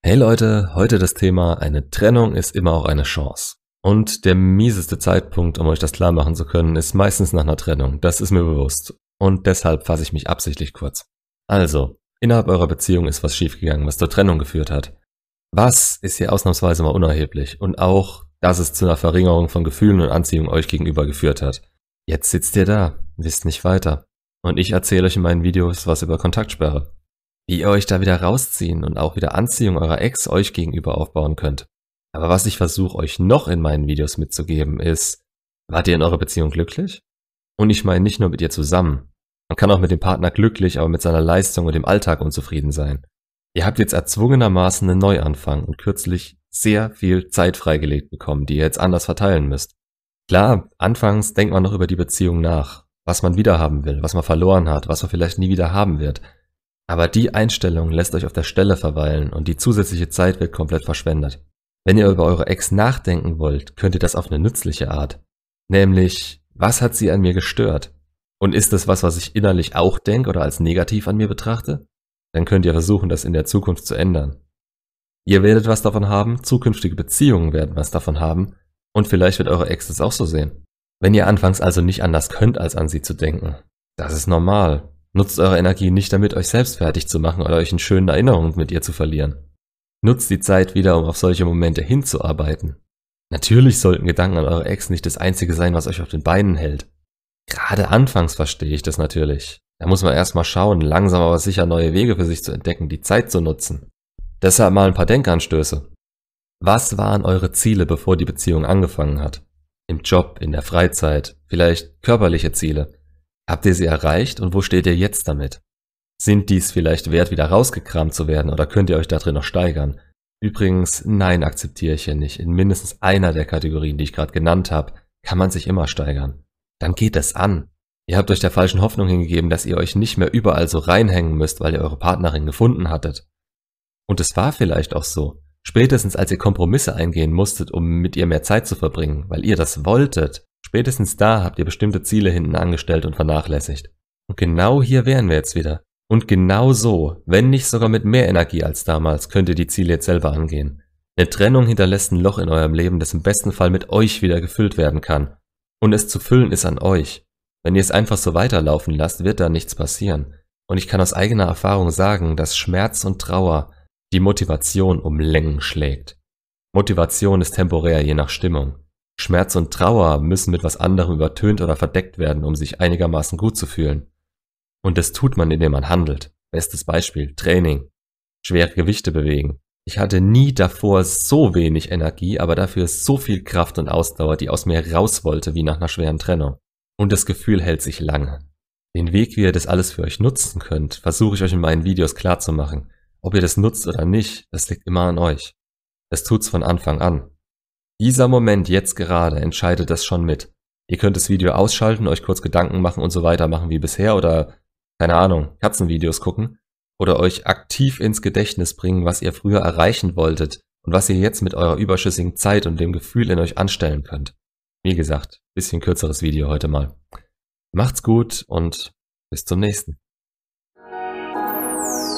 Hey Leute, heute das Thema: Eine Trennung ist immer auch eine Chance. Und der mieseste Zeitpunkt, um euch das klar machen zu können, ist meistens nach einer Trennung. Das ist mir bewusst. Und deshalb fasse ich mich absichtlich kurz. Also, innerhalb eurer Beziehung ist was schiefgegangen, was zur Trennung geführt hat. Was ist hier ausnahmsweise mal unerheblich? Und auch, dass es zu einer Verringerung von Gefühlen und Anziehung euch gegenüber geführt hat. Jetzt sitzt ihr da, wisst nicht weiter. Und ich erzähle euch in meinen Videos was über Kontaktsperre. Wie ihr euch da wieder rausziehen und auch wieder Anziehung eurer Ex euch gegenüber aufbauen könnt. Aber was ich versuche euch noch in meinen Videos mitzugeben ist: Wart ihr in eurer Beziehung glücklich? Und ich meine nicht nur mit ihr zusammen. Man kann auch mit dem Partner glücklich, aber mit seiner Leistung und dem Alltag unzufrieden sein. Ihr habt jetzt erzwungenermaßen einen Neuanfang und kürzlich sehr viel Zeit freigelegt bekommen, die ihr jetzt anders verteilen müsst. Klar, anfangs denkt man noch über die Beziehung nach, was man wieder haben will, was man verloren hat, was man vielleicht nie wieder haben wird. Aber die Einstellung lässt euch auf der Stelle verweilen und die zusätzliche Zeit wird komplett verschwendet. Wenn ihr über eure Ex nachdenken wollt, könnt ihr das auf eine nützliche Art. Nämlich, was hat sie an mir gestört? Und ist das was ich innerlich auch denke oder als negativ an mir betrachte? Dann könnt ihr versuchen, das in der Zukunft zu ändern. Ihr werdet was davon haben, zukünftige Beziehungen werden was davon haben und vielleicht wird eure Ex das auch so sehen. Wenn ihr anfangs also nicht anders könnt, als an sie zu denken, das ist normal. Nutzt eure Energie nicht damit, euch selbst fertig zu machen oder euch in schönen Erinnerungen mit ihr zu verlieren. Nutzt die Zeit wieder, um auf solche Momente hinzuarbeiten. Natürlich sollten Gedanken an eure Ex nicht das Einzige sein, was euch auf den Beinen hält. Gerade anfangs verstehe ich das natürlich. Da muss man erstmal schauen, langsam aber sicher neue Wege für sich zu entdecken, die Zeit zu nutzen. Deshalb mal ein paar Denkanstöße. Was waren eure Ziele, bevor die Beziehung angefangen hat? Im Job, in der Freizeit, vielleicht körperliche Ziele. Habt ihr sie erreicht und wo steht ihr jetzt damit? Sind dies vielleicht wert, wieder rausgekramt zu werden oder könnt ihr euch da drin noch steigern? Übrigens, nein, akzeptiere ich hier nicht. In mindestens einer der Kategorien, die ich gerade genannt habe, kann man sich immer steigern. Dann geht es an. Ihr habt euch der falschen Hoffnung hingegeben, dass ihr euch nicht mehr überall so reinhängen müsst, weil ihr eure Partnerin gefunden hattet. Und es war vielleicht auch so. Spätestens als ihr Kompromisse eingehen musstet, um mit ihr mehr Zeit zu verbringen, weil ihr das wolltet, spätestens da habt ihr bestimmte Ziele hinten angestellt und vernachlässigt. Und genau hier wären wir jetzt wieder. Und genau so, wenn nicht sogar mit mehr Energie als damals, könnt ihr die Ziele jetzt selber angehen. Eine Trennung hinterlässt ein Loch in eurem Leben, das im besten Fall mit euch wieder gefüllt werden kann. Und es zu füllen ist an euch. Wenn ihr es einfach so weiterlaufen lasst, wird da nichts passieren. Und ich kann aus eigener Erfahrung sagen, dass Schmerz und Trauer die Motivation um Längen schlägt. Motivation ist temporär, je nach Stimmung. Schmerz und Trauer müssen mit was anderem übertönt oder verdeckt werden, um sich einigermaßen gut zu fühlen. Und das tut man, indem man handelt. Bestes Beispiel: Training. Schwere Gewichte bewegen. Ich hatte nie davor so wenig Energie, aber dafür so viel Kraft und Ausdauer, die aus mir raus wollte, wie nach einer schweren Trennung. Und das Gefühl hält sich lange. Den Weg, wie ihr das alles für euch nutzen könnt, versuche ich euch in meinen Videos klarzumachen. Ob ihr das nutzt oder nicht, das liegt immer an euch. Das tut's von Anfang an. Dieser Moment jetzt gerade entscheidet das schon mit. Ihr könnt das Video ausschalten, euch kurz Gedanken machen und so weitermachen wie bisher oder, keine Ahnung, Katzenvideos gucken oder euch aktiv ins Gedächtnis bringen, was ihr früher erreichen wolltet und was ihr jetzt mit eurer überschüssigen Zeit und dem Gefühl in euch anstellen könnt. Wie gesagt, bisschen kürzeres Video heute mal. Macht's gut und bis zum nächsten.